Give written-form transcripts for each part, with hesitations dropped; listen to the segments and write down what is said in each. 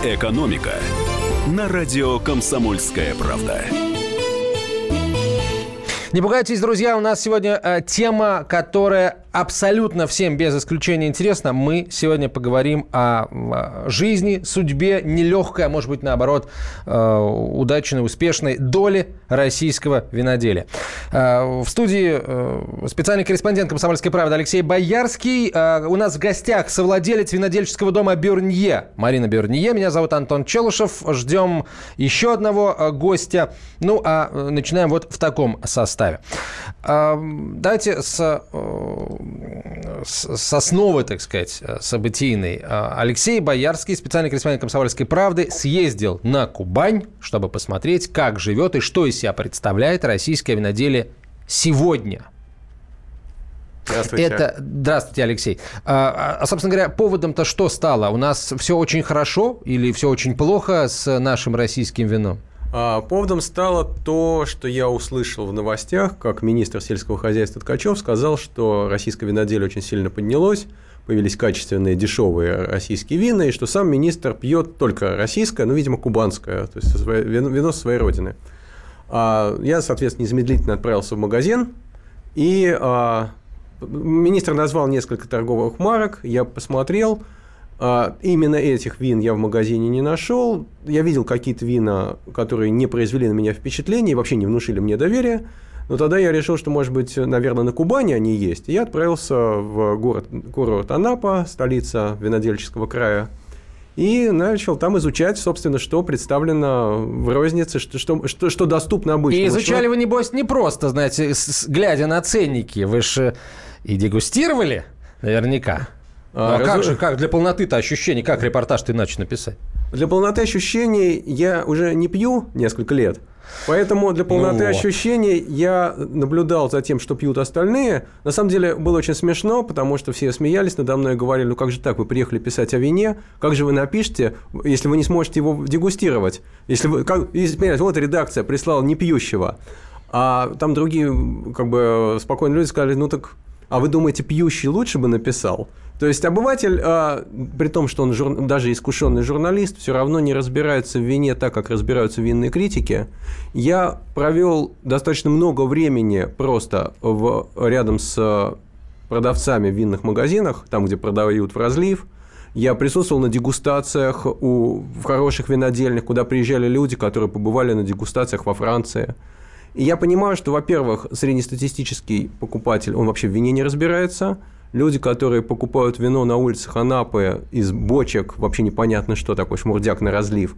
«Экономика» на радио «Комсомольская правда». Не пугайтесь, друзья, у нас сегодня тема, которая абсолютно всем без исключения интересна. Мы сегодня поговорим о жизни, судьбе, нелегкой, а может быть, наоборот, удачной, успешной доли российского виноделия. В студии специальный корреспондент «Комсомольской правды» Алексей Боярский. У нас в гостях совладелец винодельческого дома «Бюрнье» Марина Бюрнье. Меня зовут Антон Челышев. Ждем еще одного гостя. Ну, а начинаем вот в таком составе. Давайте с основы, так сказать, событийной. Алексей Боярский, специальный корреспондент «Комсомольской правды», съездил на Кубань, чтобы посмотреть, как живет и что из себя представляет российское виноделие сегодня. Здравствуйте. Здравствуйте, Алексей. Собственно говоря, поводом-то что стало? У нас все очень хорошо или все очень плохо с нашим российским вином? Поводом стало то, что я услышал в новостях, как министр сельского хозяйства Ткачев сказал, что российское виноделие очень сильно поднялось, появились качественные, дешевые российские вина, и что сам министр пьет только российское, ну, видимо, кубанское, то есть вино со своей родины. Я, соответственно, незамедлительно отправился в магазин, и министр назвал несколько торговых марок, я посмотрел. Именно этих вин я в магазине не нашел. Я видел какие-то вина, которые не произвели на меня впечатления и вообще не внушили мне доверия. Но тогда я решил, что, может быть, наверное, на Кубани они есть. И я отправился в город Анапа, столица винодельческого края, и начал там изучать, собственно, что представлено в рознице, что доступно обычному. И изучали вы, небось, не просто, знаете, глядя на ценники. Вы же и дегустировали наверняка. Как для полноты-то ощущений, как репортаж ты иначе написать? Для полноты ощущений я уже не пью несколько лет, поэтому для полноты ощущений я наблюдал за тем, что пьют остальные. На самом деле было очень смешно, потому что все смеялись надо мной и говорили, ну как же так, вы приехали писать о вине, как же вы напишете, если вы не сможете его дегустировать? Если вы, вот редакция прислала непьющего, а там другие как бы спокойные люди сказали, ну так, а вы думаете, пьющий лучше бы написал? То есть обыватель, при том, что он даже искушенный журналист, все равно не разбирается в вине так, как разбираются винные критики. Я провел достаточно много времени просто рядом с продавцами в винных магазинах, там, где продают в разлив. Я присутствовал на дегустациях в хороших винодельнях, куда приезжали люди, которые побывали на дегустациях во Франции. И я понимаю, что, во-первых, среднестатистический покупатель, он вообще в вине не разбирается. Люди, которые покупают вино на улицах Анапы из бочек, вообще непонятно, что такое шмурдяк на разлив,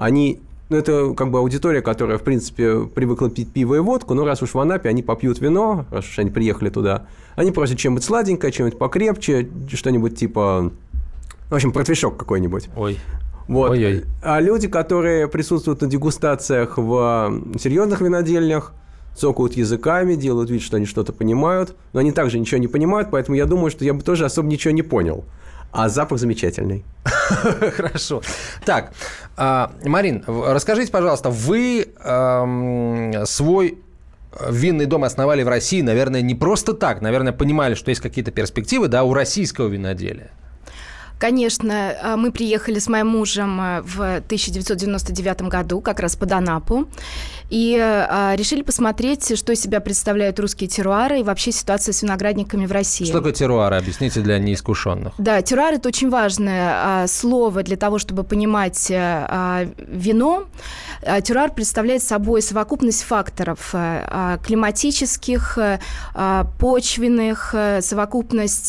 это как бы аудитория, которая, в принципе, привыкла пить пиво и водку, но раз уж в Анапе они попьют вино, раз уж они приехали туда, они просят чем-нибудь сладенькое, чем-нибудь покрепче, что-нибудь типа, в общем, портвейшок какой-нибудь. Ой. Вот. Ой-ой. А люди, которые присутствуют на дегустациях в серьезных винодельнях, цокают языками, делают вид, что они что-то понимают, но они также ничего не понимают, поэтому я думаю, что я бы тоже особо ничего не понял. А запах замечательный. Хорошо. Так, Марин, расскажите, пожалуйста, вы свой винный дом основали в России, наверное, не просто так, наверное, понимали, что есть какие-то перспективы, да, у российского виноделия. Конечно, мы приехали с моим мужем в 1999 году, как раз под Анапу, и решили посмотреть, что из себя представляют русские теруары и вообще ситуация с виноградниками в России. Что такое теруары? Объясните для неискушенных. Да, теруар – это очень важное слово для того, чтобы понимать вино. Теруар представляет собой совокупность факторов климатических, почвенных, совокупность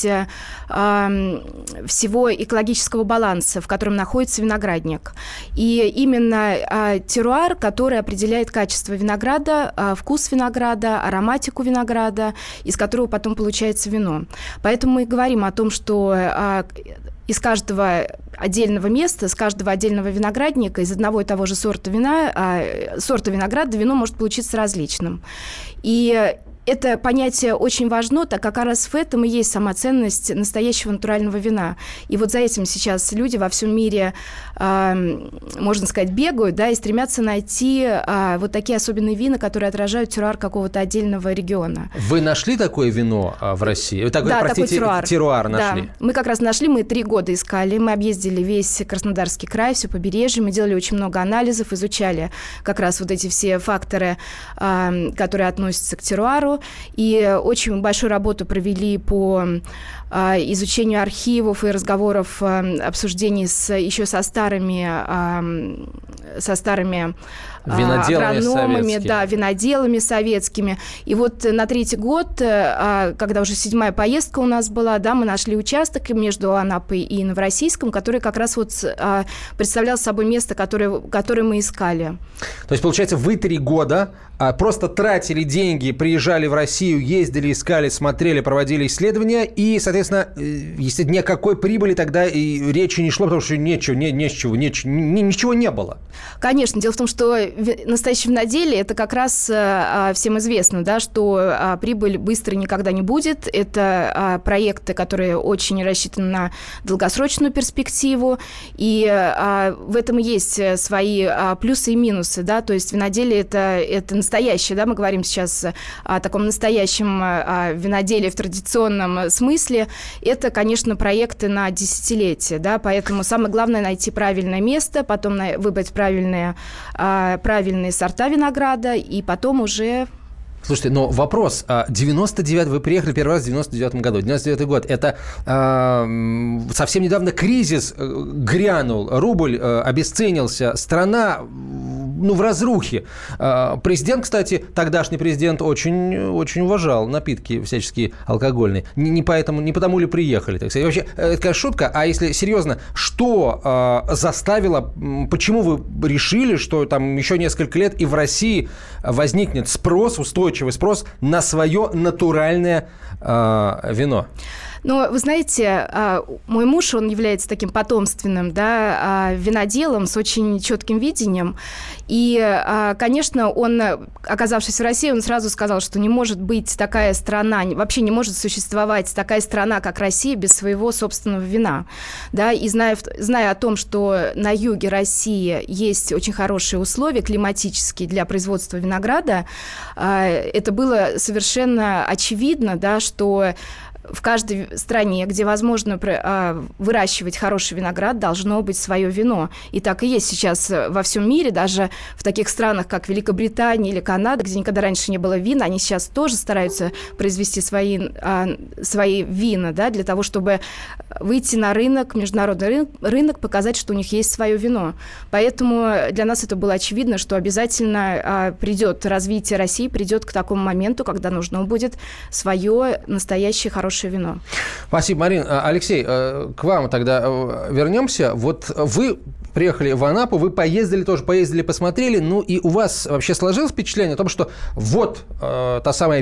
всего экологического баланса, в котором находится виноградник. И именно теруар, который определяет качество винограда, вкус винограда, ароматику винограда, из которого потом получается вино. Поэтому мы говорим о том, что из каждого отдельного места, с каждого отдельного виноградника, из одного и того же сорта винограда вино может получиться различным. И это понятие очень важно, так как раз в этом и есть сама ценность настоящего натурального вина. И вот за этим сейчас люди во всем мире, можно сказать, бегают, да, и стремятся найти вот такие особенные вина, которые отражают терруар какого-то отдельного региона. Вы нашли такое вино в России? Такой, да, простите, такой терруар нашли? Да. Мы как раз нашли, мы 3 года искали, мы объездили весь Краснодарский край, все побережье, мы делали очень много анализов, изучали как раз вот эти все факторы, которые относятся к терруару, и очень большую работу провели по изучению архивов и разговоров, обсуждений еще со старыми агрономами, да, виноделами советскими. И вот на 3-й год, когда уже 7-я поездка у нас была, да, мы нашли участок между Анапой и Новороссийском, который как раз вот представлял собой место, которое мы искали. То есть, получается, вы 3 года просто тратили деньги, приезжали в Россию, ездили, искали, смотрели, проводили исследования, и, соответственно, если никакой прибыли тогда и речи не шло, потому что ничего не было. Конечно. Дело в том, что настоящее виноделие – это как раз всем известно, да, что прибыль быстро никогда не будет. Это проекты, которые очень рассчитаны на долгосрочную перспективу, и в этом и есть свои плюсы и минусы. Да? То есть виноделие – это настоящее, да, мы говорим сейчас о таком настоящем виноделии в традиционном смысле. Это, конечно, проекты на десятилетия, да, поэтому самое главное – найти правильное место, потом выбрать правильные сорта винограда, и потом уже... Слушайте, но вопрос. 99 вы приехали первый раз в 99 году. 99 год. Это совсем недавно кризис грянул. Рубль обесценился. Страна в разрухе. Президент, кстати, тогдашний президент очень, очень уважал напитки всяческие алкогольные. Не потому ли приехали, так сказать. Вообще, это, конечно, шутка. А если серьезно, что заставило, почему вы решили, что там еще несколько лет и в России возникнет устойчивый спрос на свое натуральное вино? Но, вы знаете, мой муж, он является таким потомственным, да, виноделом с очень четким видением. И, конечно, он, оказавшись в России, он сразу сказал, что не может быть такая страна, вообще не может существовать такая страна, как Россия, без своего собственного вина. Да? И зная о том, что на юге России есть очень хорошие условия климатические для производства винограда, это было совершенно очевидно, да, что в каждой стране, где возможно выращивать хороший виноград, должно быть свое вино. И так и есть сейчас во всем мире, даже в таких странах, как Великобритания или Канада, где никогда раньше не было вина, они сейчас тоже стараются произвести свои вина, да, для того, чтобы выйти на рынок, международный рынок, показать, что у них есть свое вино. Поэтому для нас это было очевидно, что обязательно придет развитие России, придет к такому моменту, когда нужно будет свое настоящее хорошее вино. Спасибо, Марина. Алексей, к вам тогда вернемся. Вот вы приехали в Анапу, вы поездили, посмотрели, ну и у вас вообще сложилось впечатление о том, что вот та самая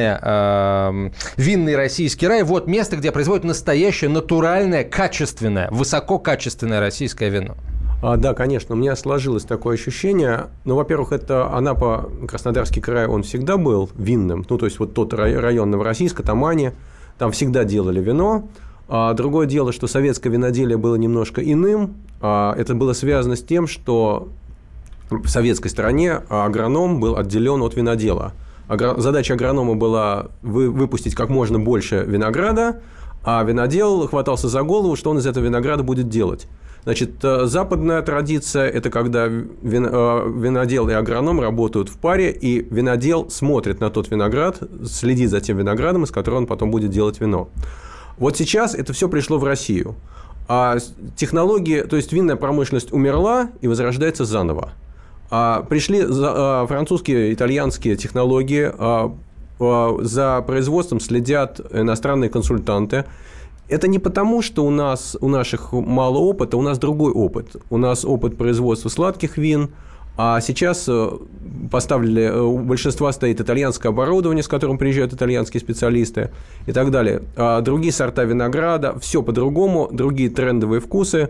винный российский рай, вот место, где производят настоящее, натуральное, качественное, высококачественное российское вино. Да, конечно, у меня сложилось такое ощущение. Ну, во-первых, это Анапа, Краснодарский край, он всегда был винным. Ну, то есть, вот тот район Новороссийска, Тамани, там всегда делали вино. Другое дело, что советское виноделие было немножко иным. Это было связано с тем, что в советской стороне агроном был отделен от винодела. Задача агронома была выпустить как можно больше винограда, а винодел хватался за голову, что он из этого винограда будет делать. Значит, западная традиция – это когда винодел и агроном работают в паре, и винодел смотрит на тот виноград, следит за тем виноградом, из которого он потом будет делать вино. Вот сейчас это все пришло в Россию. А технологии, то есть винная промышленность умерла и возрождается заново. Пришли французские, итальянские технологии, за производством следят иностранные консультанты. Это не потому, что у наших мало опыта, у нас другой опыт. У нас опыт производства сладких вин, а сейчас поставили, у большинства стоит итальянское оборудование, с которым приезжают итальянские специалисты и так далее. Другие сорта винограда, все по-другому, другие трендовые вкусы,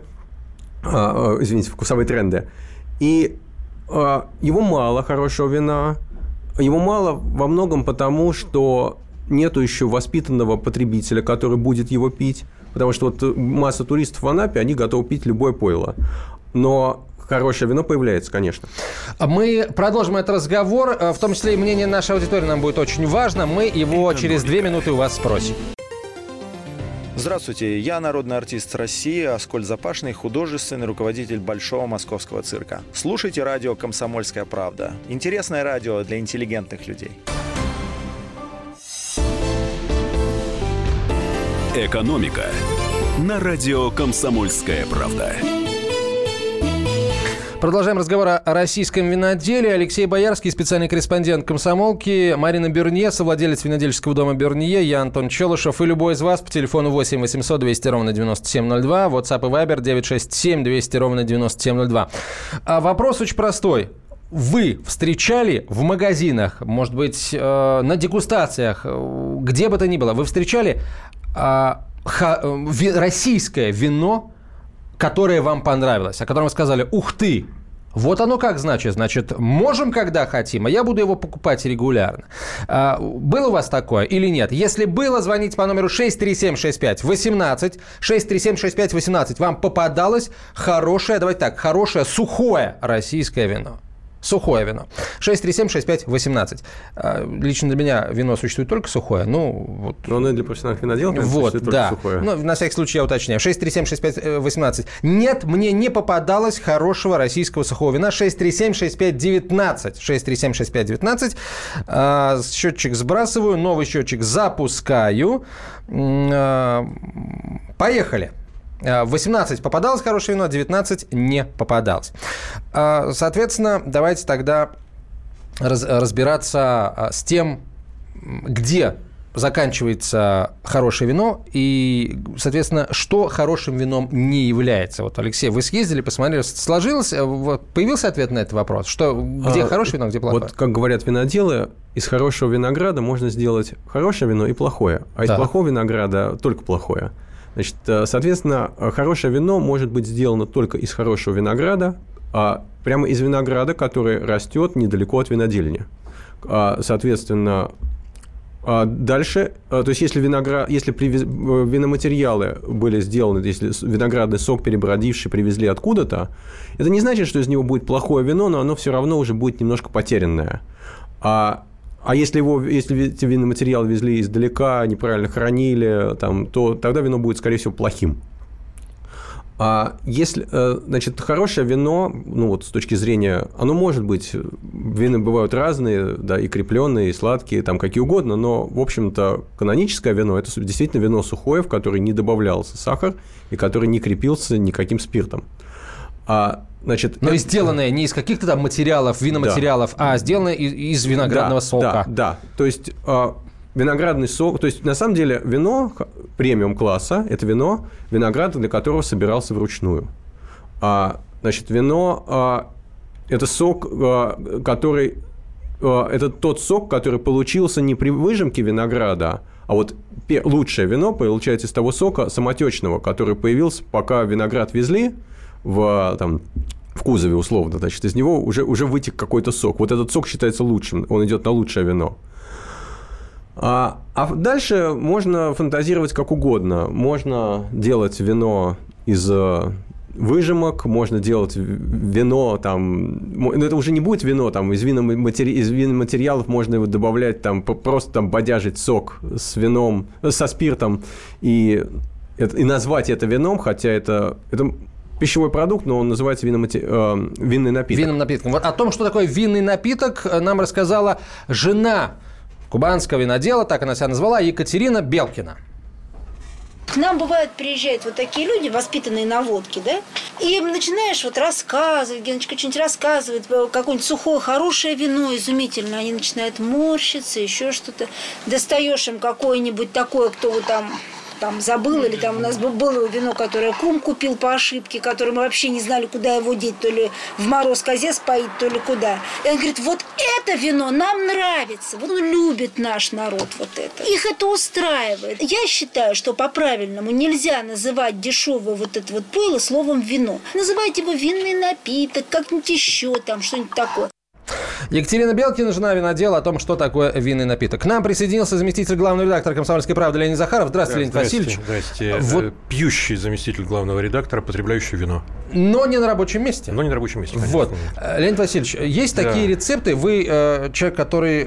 вкусовые тренды. И его мало, хорошего вина. его мало во многом потому, что нету еще воспитанного потребителя, который будет его пить. Потому что вот масса туристов в Анапе, они готовы пить любое пойло. Но хорошее вино появляется, конечно. Мы продолжим этот разговор. В том числе и мнение нашей аудитории нам будет очень важно. Мы его через 2 минуты у вас спросим. Здравствуйте, я народный артист России Аскольд Запашный, художественный руководитель Большого московского цирка. Слушайте радио «Комсомольская правда». Интересное радио для интеллигентных людей. «Экономика» на радио «Комсомольская правда». Продолжаем разговор о российском виноделе. Алексей Боярский, специальный корреспондент «Комсомолки», Марина Бернье, совладелец винодельческого дома «Бернье», я Антон Челышев. И любой из вас по телефону 8 800 200 ровно 9702, WhatsApp и Viber 967 200 ровно 9702. Вопрос очень простой. Вы встречали в магазинах, может быть, на дегустациях, где бы то ни было, вы встречали российское вино, которое вам понравилось, о котором вы сказали: ух ты, вот оно как значит, можем, когда хотим, а я буду его покупать регулярно. Было у вас такое или нет? Если было, звоните по номеру 6376518, 6376518. Вам попадалось хорошее, давайте так, хорошее сухое российское вино. Сухое вино. 6376518. Лично для меня вино существует только сухое. Но оно и для профессиональных виноделов существует только сухое. Ну, на всякий случай я уточняю. 6376518. Нет, мне не попадалось хорошего российского сухого вина. 6376519. 6376519. Счетчик сбрасываю, новый счетчик запускаю. Поехали. 18 попадалось хорошее вино, 19 не попадалось. Соответственно, давайте тогда разбираться с тем, где заканчивается хорошее вино и, соответственно, что хорошим вином не является. Вот, Алексей, вы съездили, посмотрели, сложилось, появился ответ на этот вопрос? Где хорошее вино, где плохое? Вот, как говорят виноделы, из хорошего винограда можно сделать хорошее вино и плохое, а из плохого винограда только плохое. Значит, соответственно, хорошее вино может быть сделано только из хорошего винограда, прямо из винограда, который растет недалеко от винодельни. Соответственно, дальше, то есть если виноматериалы были сделаны, если виноградный сок перебродивший привезли откуда-то, это не значит, что из него будет плохое вино, но оно все равно уже будет немножко потерянное. А если эти виноматериалы везли издалека, неправильно хранили, то тогда вино будет, скорее всего, плохим. Значит, хорошее вино, с точки зрения, оно может быть, вина бывают разные, да, и крепленные, и сладкие, какие угодно, но, в общем-то, каноническое вино – это действительно вино сухое, в которое не добавлялся сахар и которое не крепился никаким спиртом. Значит, но и сделанное не из каких-то там материалов, виноматериалов, а сделанное из виноградного сока. Да. То есть виноградный сок, то есть на самом деле вино премиум-класса – это вино винограда, для которого собирался вручную. Значит, вино это сок, который это тот сок, который получился не при выжимке винограда, а вот лучшее вино получается из того сока самотечного, который появился, пока виноград везли в кузове, условно, значит, из него уже вытек какой-то сок. Вот этот сок считается лучшим, он идет на лучшее вино. А дальше можно фантазировать как угодно. Можно делать вино из выжимок, можно делать вино, но это уже не будет вино, из виноматериалов можно его добавлять, просто бодяжить сок с вином, со спиртом и назвать это вином, хотя это пищевой продукт, но он называется винный напиток. Винным напитком. Вот о том, что такое винный напиток, нам рассказала жена кубанского винодела, так она себя назвала, Екатерина Белкина. К нам, бывает, приезжают вот такие люди, воспитанные на водке, да, и им начинаешь рассказывать, Геночка что-нибудь рассказывает, какое-нибудь сухое, хорошее вино, изумительно, они начинают морщиться, еще что-то. Достаешь им какое-нибудь такое, кто вот там забыл, или у нас было вино, которое кум купил по ошибке, которое мы вообще не знали, куда его деть, то ли в мороз козе споить, то ли куда. И он говорит, вот это вино нам нравится, вот любит наш народ вот это. Их это устраивает. Я считаю, что по-правильному нельзя называть дешевое вот это вот пойло словом вино. Называйте его винный напиток, как-нибудь еще что-нибудь такое. Екатерина Белкина, жена винодела, о том, что такое винный напиток. К нам присоединился заместитель главного редактора «Комсомольской правды» Леонид Захаров. Здравствуйте, Леонид Васильевич. Здравствуйте. Вот. Пьющий заместитель главного редактора, потребляющий вино. Но не на рабочем месте. Конечно. Вот. Леонид Васильевич, есть такие рецепты. Вы человек, который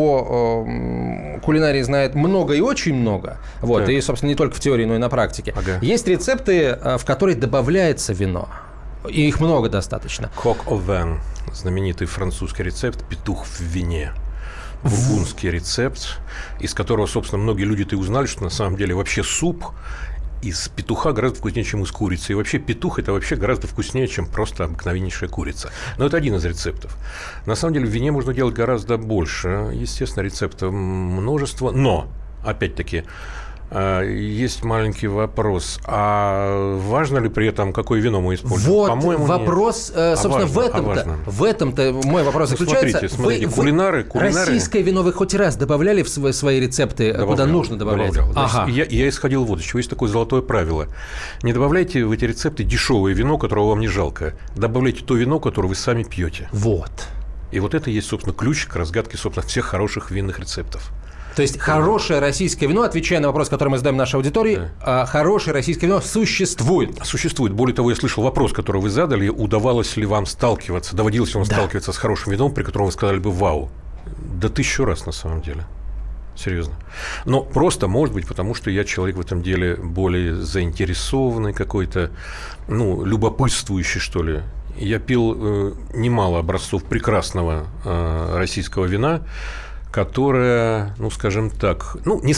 о кулинарии знает много и очень много. Вот. И, собственно, не только в теории, но и на практике. Ага. Есть рецепты, в которые добавляется вино. И их много достаточно. Coq au vin. Знаменитый французский рецепт «Петух в вине». Бургундский рецепт, из которого, собственно, многие люди-то и узнали, что на самом деле вообще суп из петуха гораздо вкуснее, чем из курицы. И вообще петух – это вообще гораздо вкуснее, чем просто обыкновеннейшая курица. Но это один из рецептов. На самом деле в вине можно делать гораздо больше. Естественно, рецептов множество. Но, опять-таки, есть маленький вопрос. А важно ли при этом, какое вино мы используем? Вот По-моему, вопрос, нет. Собственно, важно, в этом-то мой вопрос заключается. Смотрите, кулинары... Российское вино вы хоть раз добавляли в свои рецепты, куда нужно добавлять? Ага. Я исходил вот из чего. Есть такое золотое правило. Не добавляйте в эти рецепты дешевое вино, которого вам не жалко. Добавляйте то вино, которое вы сами пьете. Вот. И вот это и есть, собственно, ключ к разгадке, собственно, всех хороших винных рецептов. То есть хорошее российское вино, отвечая на вопрос, который мы задаем нашей аудитории, хорошее российское вино существует. Существует. Более того, я слышал вопрос, который вы задали, удавалось ли вам сталкиваться, доводилось ли вам сталкиваться с хорошим вином, при котором вы сказали бы «вау». Да 1000 раз на самом деле. Серьезно. Но просто, может быть, потому что я человек в этом деле более заинтересованный какой-то, любопытствующий, что ли. Я пил немало образцов прекрасного российского вина, которая, скажем так,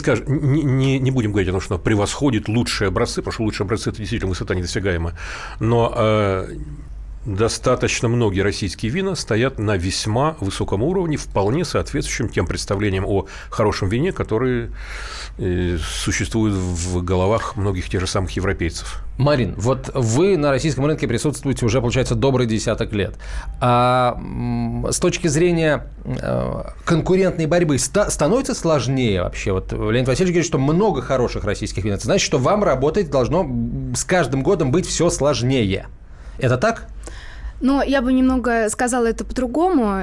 не будем говорить о том, что она превосходит лучшие образцы, потому что лучшие образцы – это действительно высота недосягаемая, но достаточно многие российские вина стоят на весьма высоком уровне, вполне соответствующим тем представлениям о хорошем вине, которые существуют в головах многих тех же самых европейцев. Марин, вот вы на российском рынке присутствуете уже, получается, добрый десяток лет. А с точки зрения конкурентной борьбы становится сложнее вообще? Вот Леонид Васильевич говорит, что много хороших российских вин. Это значит, что вам работать должно с каждым годом быть все сложнее. Это так? Но я бы немного сказала это по-другому.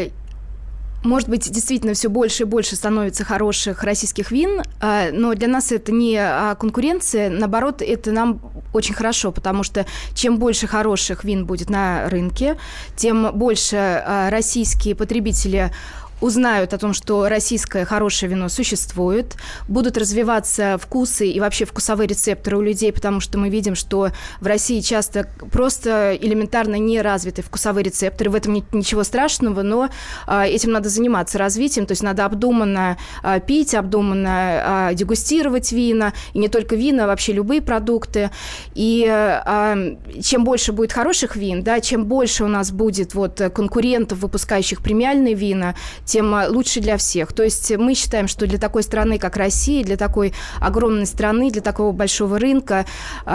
Может быть, действительно, все больше и больше становится хороших российских вин, но для нас это не конкуренция, наоборот, это нам очень хорошо, потому что чем больше хороших вин будет на рынке, тем больше российские потребители узнают о том, что российское хорошее вино существует, будут развиваться вкусы и вообще вкусовые рецепторы у людей, потому что мы видим, что в России часто просто элементарно не развиты вкусовые рецепторы. В этом нет ничего страшного, но этим надо заниматься развитием, то есть надо обдуманно пить, обдуманно дегустировать вина, и не только вина, а вообще любые продукты. И чем больше будет хороших вин, да, чем больше у нас будет конкурентов, выпускающих премиальные вина, тем лучше для всех. То есть мы считаем, что для такой страны, как Россия, для такой огромной страны, для такого большого рынка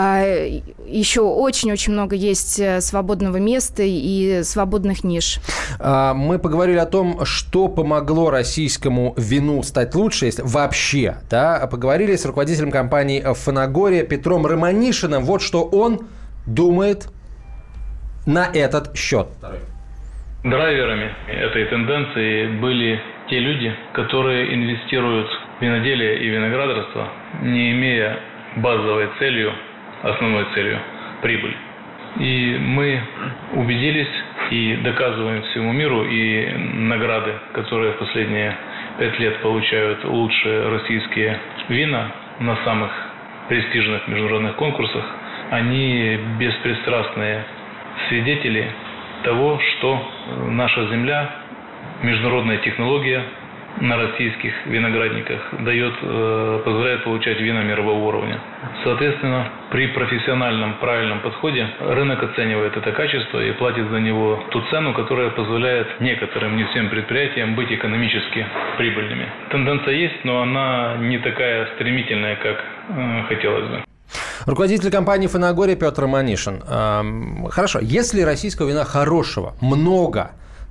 еще очень-очень много есть свободного места и свободных ниш. Мы поговорили о том, что помогло российскому вину стать лучше, если вообще. Да? Поговорили с руководителем компании «Фанагория» Петром Романишиным. Вот что он думает на этот счет. Драйверами этой тенденции были те люди, которые инвестируют в виноделие и виноградарство, не имея базовой целью, основной целью прибыль. И мы убедились и доказываем всему миру, и награды, которые в последние 5 лет получают лучшие российские вина на самых престижных международных конкурсах, они беспристрастные свидетели того, что наша земля, международная технология на российских виноградниках позволяет получать вина мирового уровня. Соответственно, при профессиональном, правильном подходе рынок оценивает это качество и платит за него ту цену, которая позволяет некоторым, не всем предприятиям быть экономически прибыльными. Тенденция есть, но она не такая стремительная, как хотелось бы. Руководитель компании «Фанагория» Петр Романишин. Хорошо, если российского вина хорошего много,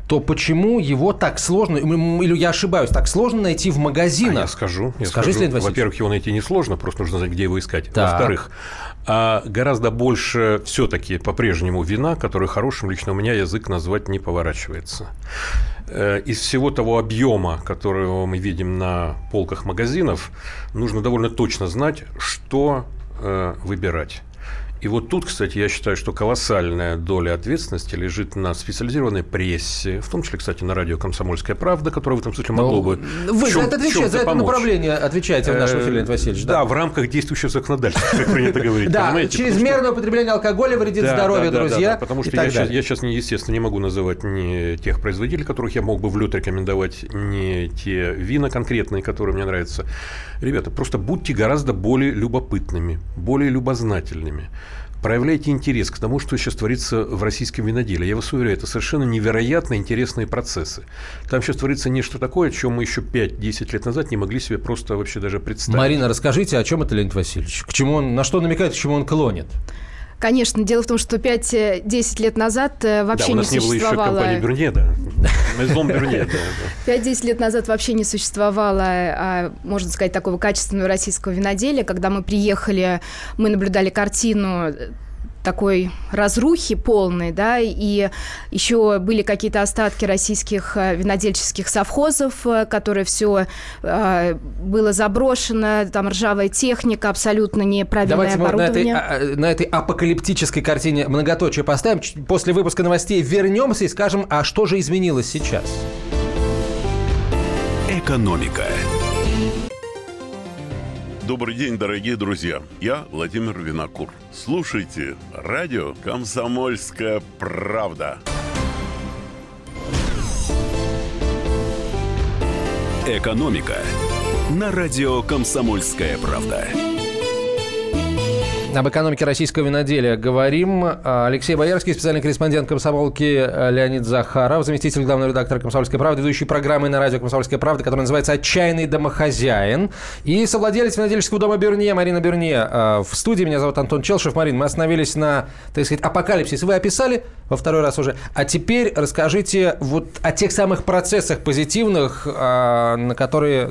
то почему его так сложно, или я ошибаюсь, так сложно найти в магазинах? Я скажу. Скажи, во-первых, его найти несложно, просто нужно знать, где его искать. Так. Во-вторых, гораздо больше все-таки по-прежнему вина, которое хорошим лично у меня язык назвать не поворачивается. Из всего того объема, которого мы видим на полках магазинов, нужно довольно точно знать, что выбирать. И вот тут, кстати, я считаю, что колоссальная доля ответственности лежит на специализированной прессе, в том числе, кстати, на радио «Комсомольская правда», которое в этом смысле могло бы Вы за это направление отвечаете в нашем эфире, Леонид Васильевич. Да, в рамках действующего законодательства, как принято говорить. Да, чрезмерное употребление алкоголя вредит здоровью, друзья. Потому что я сейчас, естественно, не могу называть ни тех производителей, которых я мог бы в лёд рекомендовать, ни те вина конкретные, которые мне нравятся. Ребята, просто будьте гораздо более любопытными, более любознательными. Проявляйте интерес к тому, что сейчас творится в российском виноделии. Я вас уверяю, это совершенно невероятно интересные процессы. Там сейчас творится нечто такое, о чем мы еще 5-10 лет назад не могли себе просто вообще даже представить. Марина, расскажите, о чем это Леонид Васильевич? К чему он, на что намекает, к чему он клонит? Конечно, дело в том, что 5-10 лет назад вообще не существовало... Да, у нас не было еще компании Бюрне, да. Мезон Бюрне, да. 5-10 лет назад вообще не существовало, можно сказать, такого качественного российского виноделия. Когда мы приехали, мы наблюдали картину такой разрухи полной, да, и еще были какие-то остатки российских винодельческих совхозов, которые все было заброшено, там ржавая техника, абсолютно неправильное оборудование. Давайте на этой апокалиптической картине многоточие поставим. После выпуска новостей вернемся и скажем, а что же изменилось сейчас? Экономика. Добрый день, дорогие друзья. Я Владимир Винокур. Слушайте радио «Комсомольская правда». Экономика на радио «Комсомольская правда». Об экономике российского виноделия говорим. Алексей Боярский, специальный корреспондент «Комсомолки», Леонид Захаров, заместитель главного редактора «Комсомольской правды», ведущий программы на радио «Комсомольская правда», которая называется «Отчаянный домохозяин», и совладелец винодельческого дома «Бюрне» Марина Бюрне. В студии меня зовут Антон Челшев. Марин, мы остановились на, так сказать, апокалипсисе. Вы описали во второй раз уже. А теперь расскажите вот о тех самых процессах позитивных, на которые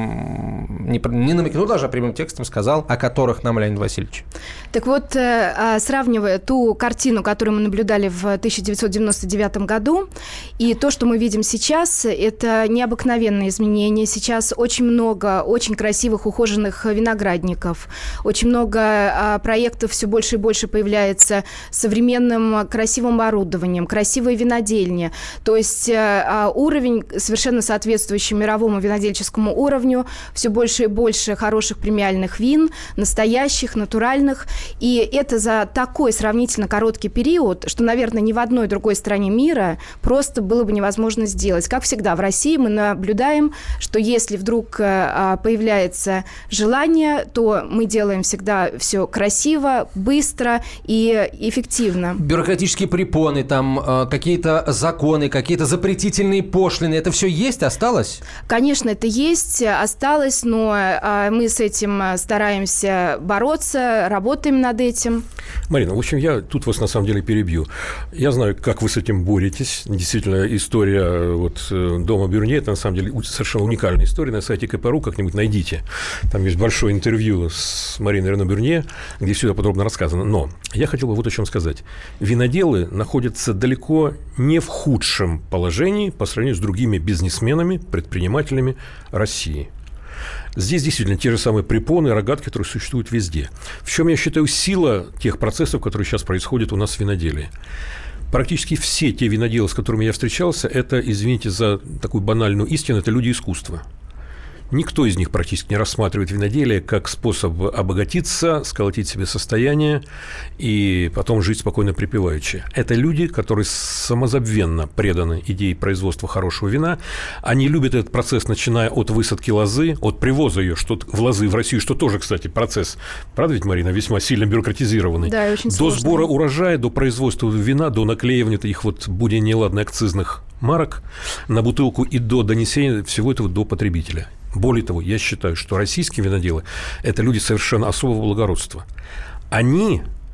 нам не намекнул даже, а прямым текстом сказал, о которых нам Леонид Васильевич. Так вот, сравнивая ту картину, которую мы наблюдали в 1999 году, и то, что мы видим сейчас, это необыкновенные изменения. Сейчас очень много очень красивых, ухоженных виноградников, очень много проектов, все больше и больше появляется с современным красивым оборудованием, красивые винодельни. То есть уровень, совершенно соответствующий мировому винодельческому уровню, все больше и больше хороших премиальных вин, настоящих, натуральных. И это за такой сравнительно короткий период, что, наверное, ни в одной другой стране мира просто было бы невозможно сделать. Как всегда, в России мы наблюдаем, что если вдруг появляется желание, то мы делаем всегда все красиво, быстро и эффективно. Бюрократические препоны, там какие-то законы, какие-то запретительные пошлины, это все есть, осталось? Конечно, это есть, осталось, но мы с этим стараемся бороться, работаем над этим. Марина, в общем, я тут вас на самом деле перебью. Я знаю, как вы с этим боретесь. Действительно, история вот дома Бюрне, это на самом деле совершенно уникальная история. На сайте КПРУ как-нибудь найдите. Там есть большое интервью с Мариной Рено Бюрне, где все это подробно рассказано. Но я хотел бы вот о чем сказать. Виноделы находятся далеко не в худшем положении по сравнению с другими бизнесменами, предпринимателями России. Здесь действительно те же самые препоны и рогатки, которые существуют везде. В чем, я считаю, сила тех процессов, которые сейчас происходят у нас в виноделии? Практически все те виноделы, с которыми я встречался, это, извините за такую банальную истину, это люди искусства. Никто из них практически не рассматривает виноделие как способ обогатиться, сколотить себе состояние и потом жить спокойно припеваючи. Это люди, которые самозабвенно преданы идее производства хорошего вина. Они любят этот процесс, начиная от высадки лозы, от привоза ее в лозы в Россию, что тоже, кстати, процесс, правда ведь, Марина, весьма сильно бюрократизированный. Да, очень до сложно. Сбора урожая, до производства вина, до наклеивания их вот будь неладно акцизных марок на бутылку и до донесения всего этого до потребителя. Более того, я считаю, что российские виноделы – это люди совершенно особого благородства. Они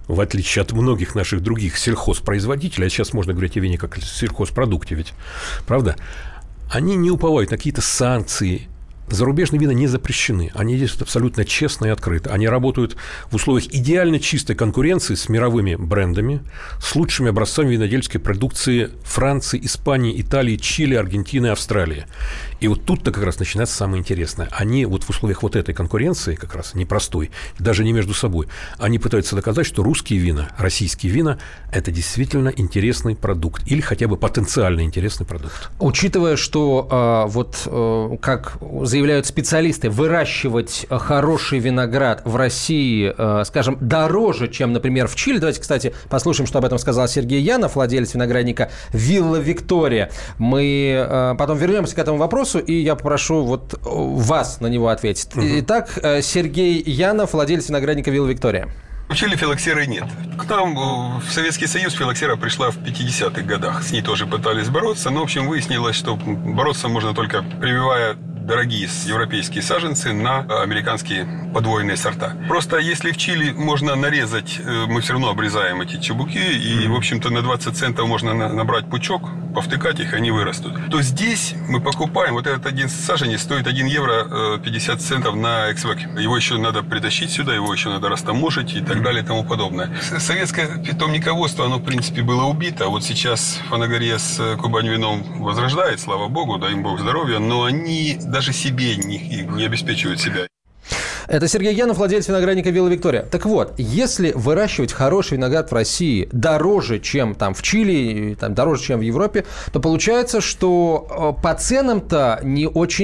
в отличие от многих наших других сельхозпроизводителей, а сейчас можно говорить о вине как о сельхозпродукте ведь, правда, они не уповают на какие-то санкции. Зарубежные вина не запрещены. Они действуют абсолютно честно и открыто. Они работают в условиях идеально чистой конкуренции с мировыми брендами, с лучшими образцами винодельской продукции Франции, Испании, Италии, Чили, Аргентины, Австралии. И вот тут-то как раз начинается самое интересное. Они вот в условиях вот этой конкуренции, как раз непростой, даже не между собой, они пытаются доказать, что русские вина, российские вина – это действительно интересный продукт или хотя бы потенциально интересный продукт. Учитывая, что как заявляют специалисты, выращивать хороший виноград в России, скажем, дороже, чем, например, в Чили. Давайте, кстати, послушаем, что об этом сказал Сергей Янов, владелец виноградника «Вилла Виктория». Мы потом вернемся к этому вопросу, и я попрошу вот вас на него ответить. Итак, Сергей Янов, владелец виноградника «Вилла Виктория». В Чили филоксеры нет. К нам в Советский Союз филоксера пришла в 50-х годах. С ней тоже пытались бороться, но, в общем, выяснилось, что бороться можно только прививая дорогие европейские саженцы на американские подвойные сорта. Просто если в Чили можно нарезать, мы все равно обрезаем эти чебуки, и, в общем-то, на 20 центов можно набрать пучок, повтыкать их, они вырастут. То здесь мы покупаем, вот этот один саженец стоит 1 евро 50 центов на эксвеке. Его еще надо притащить сюда, его еще надо растаможить и так далее и тому подобное. Советское питомниководство, оно, в принципе, было убито. Вот сейчас Фанагория с Кубань вином возрождает, слава богу, дай им бог здоровья, но они даже себе не обеспечивают себя. Это Сергей Янов, владелец виноградника «Вилла Виктория». Так вот, если выращивать хороший виноград в России дороже, чем там в Чили, там, дороже, чем в Европе, то получается, что по ценам-то не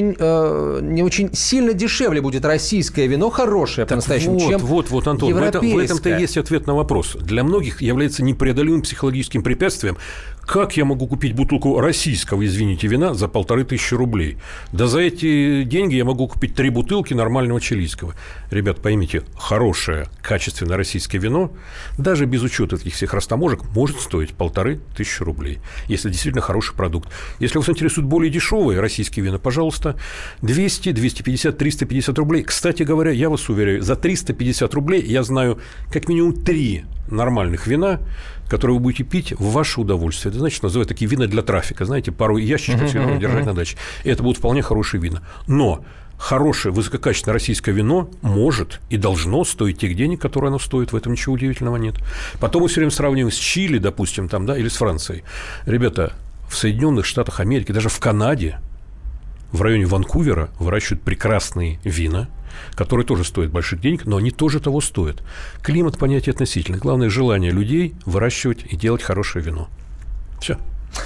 очень сильно дешевле будет российское вино, хорошее по-настоящему, чем Антон, европейское. в этом-то и есть ответ на вопрос. Для многих является непреодолимым психологическим препятствием. Как я могу купить бутылку российского, извините, вина за 1500 рублей? Да за эти деньги я могу купить 3 бутылки нормального чилийского. Ребят, поймите, хорошее, качественное российское вино, даже без учета этих всех растаможек, может стоить 1500 рублей, если действительно хороший продукт. Если вас интересуют более дешевые российские вина, пожалуйста, 200, 250, 350 рублей. Кстати говоря, я вас уверяю, за 350 рублей я знаю как минимум 3 нормальных вина, которые вы будете пить в ваше удовольствие. Это значит, называют такие вина для трафика. Знаете, пару ящичков вина держать на даче. И это будут вполне хорошие вина. Но хорошее, высококачественное российское вино может и должно стоить тех денег, которые оно стоит. В этом ничего удивительного нет. Потом мы все время сравниваем с Чили, допустим, там, да, или с Францией. Ребята, в Соединенных Штатах Америки, даже в Канаде, в районе Ванкувера выращивают прекрасные вина, которые тоже стоят больших денег, но они тоже того стоят. Климат – понятие относительное. Главное – желание людей выращивать и делать хорошее вино. Все.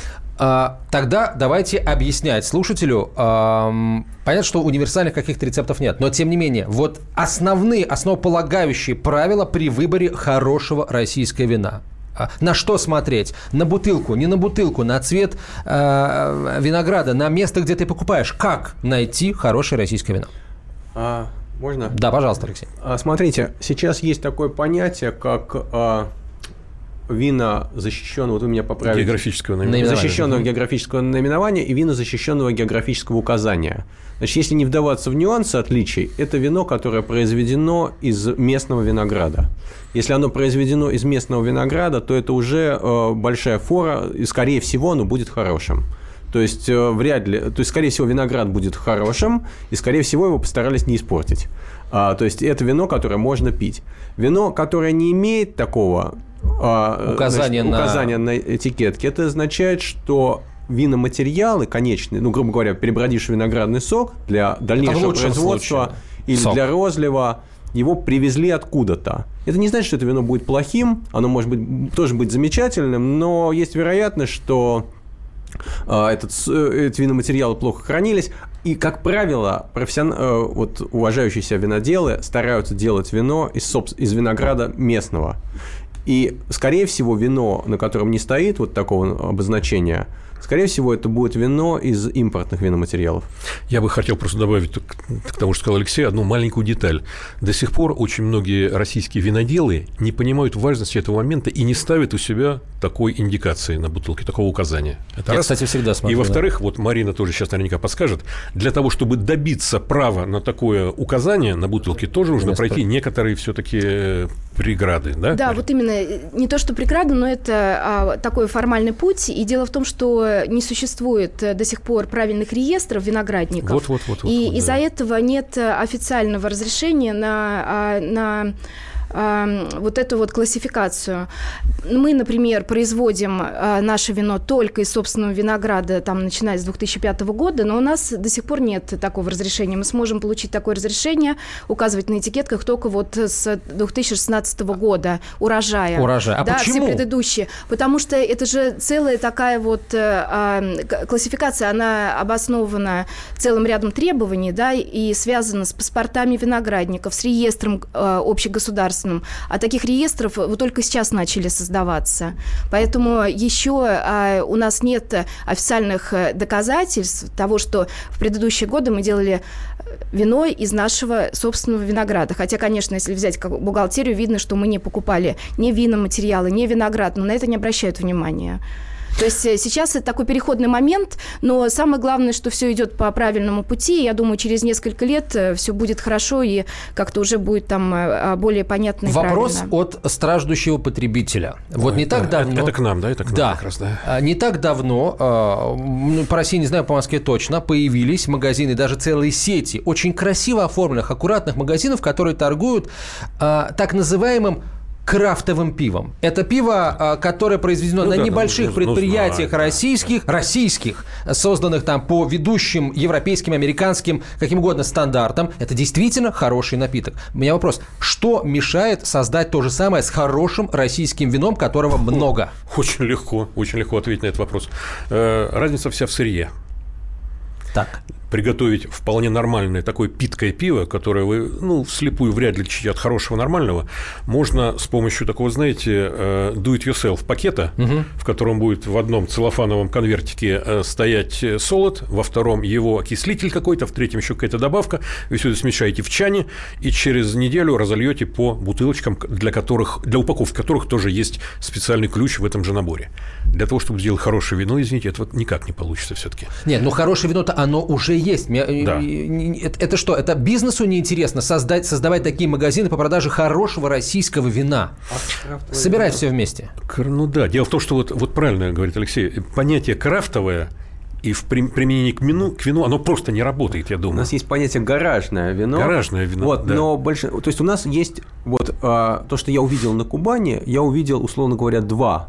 Тогда давайте объяснять слушателю. Понятно, что универсальных каких-то рецептов нет, но тем не менее, вот основополагающие правила при выборе хорошего российского вина. На что смотреть? На бутылку, не на бутылку, на цвет винограда, на место, где ты покупаешь. Как найти хорошее российское вино? Можно? Да, пожалуйста, Алексей. Смотрите, сейчас есть такое понятие, как вина защищенного, вот вы меня поправите. Географического наименования. Защищенного географического наименования и вина защищенного географического указания. Значит, если не вдаваться в нюансы отличий, это вино, которое произведено из местного винограда. Если оно произведено из местного винограда, то это уже большая фора, и, скорее всего, оно будет хорошим. То есть, скорее всего, виноград будет хорошим, и, скорее всего, его постарались не испортить. То есть, это вино, которое можно пить. Вино, которое не имеет такого указания на этикетке, это означает, что виноматериалы конечные, грубо говоря, перебродивший виноградный сок для дальнейшего производства или для розлива, его привезли откуда-то. Это не значит, что это вино будет плохим, оно может тоже быть замечательным, но есть вероятность, что эти виноматериалы плохо хранились. И, как правило, уважающие себя виноделы стараются делать вино из винограда местного. И, скорее всего, вино, на котором не стоит вот такого обозначения, скорее всего, это будет вино из импортных виноматериалов. Я бы хотел просто добавить к тому, что сказал Алексей, одну маленькую деталь. До сих пор очень многие российские виноделы не понимают важности этого момента и не ставят у себя такой индикации на бутылке, такого указания. Это Я, раз. кстати, всегда смотрю. И, во-вторых, вот Марина тоже сейчас наверняка подскажет, для того, чтобы добиться права на такое указание на бутылке, тоже нужно пройти некоторые все-таки преграды. Да, да, вот именно. Не то, что преграды, но это такой формальный путь. И дело в том, что не существует до сих пор правильных реестров виноградников. Вот, и из-за этого нет официального разрешения на вот эту вот классификацию. Мы, например, производим наше вино только из собственного винограда, там, начиная с 2005 года, но у нас до сих пор нет такого разрешения. Мы сможем получить такое разрешение, указывать на этикетках только вот с 2016 года урожая. А да, почему? Все предыдущие. Потому что это же целая такая вот классификация, она обоснована целым рядом требований, да, и связана с паспортами виноградников, с реестром общегосударственным. А таких реестров вот только сейчас начали создаваться. Поэтому еще у нас нет официальных доказательств того, что в предыдущие годы мы делали вино из нашего собственного винограда. Хотя, конечно, если взять как бухгалтерию, видно, что мы не покупали ни виноматериалы, ни виноград, но на это не обращают внимания. То есть сейчас это такой переходный момент, но самое главное, что все идет по правильному пути. Я думаю, через несколько лет все будет хорошо и как-то уже будет там более понятно и Вопрос правильно. от страждущего потребителя. Вот не так давно... Это к нам, да? Это к нам как раз, да. Не так давно, по России, не знаю, по Москве точно, появились магазины, даже целые сети очень красиво оформленных, аккуратных магазинов, которые торгуют так называемым крафтовым пивом. Это пиво, которое произведено на небольших предприятиях российских, созданных там по ведущим европейским, американским, каким угодно стандартам. Это действительно хороший напиток. У меня вопрос. Что мешает создать то же самое с хорошим российским вином, которого много? Очень легко ответить на этот вопрос. Разница вся в сырье. Так. Приготовить вполне нормальное такое питкое пиво, которое вы, вслепую вряд ли отличите от хорошего нормального, можно с помощью такого, знаете, do-it-yourself пакета, в котором будет в одном целлофановом конвертике стоять солод, во втором его окислитель какой-то, в третьем еще какая-то добавка. Вы все это смешаете в чане и через неделю разольете по бутылочкам, для упаковки которых тоже есть специальный ключ в этом же наборе. Для того, чтобы сделать хорошее вино, извините, это вот никак не получится все-таки. Нет, хорошее вино-то оно уже есть. Да. Это что? Это бизнесу неинтересно создавать такие магазины по продаже хорошего российского вина? Собирать все вместе. Дело в том, что вот правильно говорит Алексей, понятие крафтовое и в применении к вину оно просто не работает, я думаю. У нас есть понятие гаражное вино. Гаражное вино, да. Но то есть у нас есть то, что я увидел на Кубани, я увидел, условно говоря, двух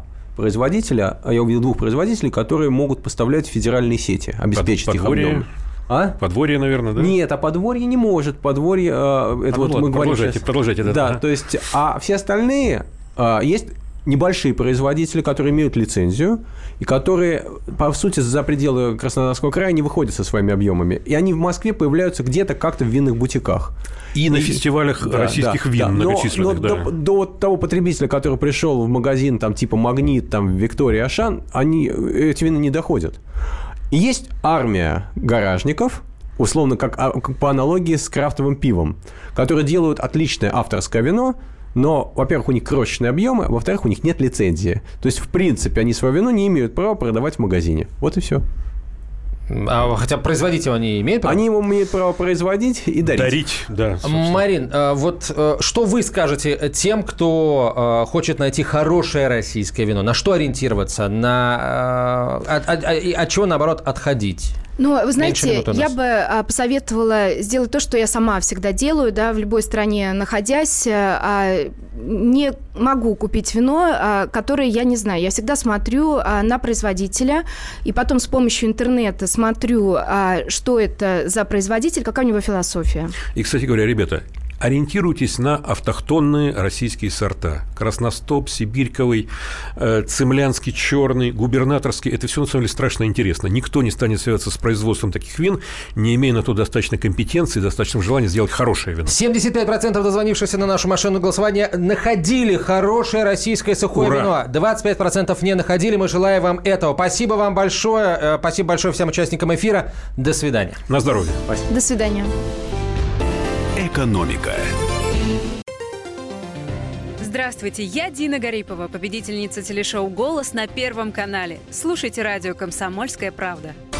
производителей, которые могут поставлять в федеральные сети, обеспечить их объем. Подворье, наверное, да? Нет, подворье не может. Подворье, мы говорим сейчас. Продолжайте. Да, то есть, а все остальные есть небольшие производители, которые имеют лицензию и которые, по сути, за пределы Краснодарского края не выходят со своими объемами. И они в Москве появляются где-то как-то в винных бутиках. И на фестивалях российских вин многочисленных. Но до того потребителя, который пришел в магазин там, типа «Магнит», там, «Виктория», «Ашан», эти вина не доходят. И есть армия гаражников, условно, как по аналогии с крафтовым пивом, которые делают отличное авторское вино, но, во-первых, у них крошечные объемы, а во-вторых, у них нет лицензии. То есть, в принципе, они свое вино не имеют права продавать в магазине. Вот и все. Хотя производить его они имеют право? Они его имеют право производить и дарить. Да. Марин, что вы скажете тем, кто хочет найти хорошее российское вино? На что ориентироваться? От чего, наоборот, отходить? Вы знаете, я бы посоветовала сделать то, что я сама всегда делаю, да, в любой стране находясь. Не могу купить вино, которое я не знаю. Я всегда смотрю на производителя, и потом с помощью интернета смотрю, что это за производитель, какая у него философия. И, кстати говоря, ребята, Ориентируйтесь на автохтонные российские сорта. Красностоп, сибирьковый, цемлянский, черный, губернаторский. Это все, на самом деле, страшно интересно. Никто не станет связываться с производством таких вин, не имея на то достаточной компетенции, достаточного желания сделать хорошее вино. 75% дозвонившихся на нашу машину голосования находили хорошее российское сухое вино. 25% не находили. Мы желаем вам этого. Спасибо вам большое. Спасибо большое всем участникам эфира. До свидания. На здоровье. До свидания. «Экономика». Здравствуйте, я Дина Гарипова, победительница телешоу «Голос» на Первом канале. Слушайте радио «Комсомольская правда».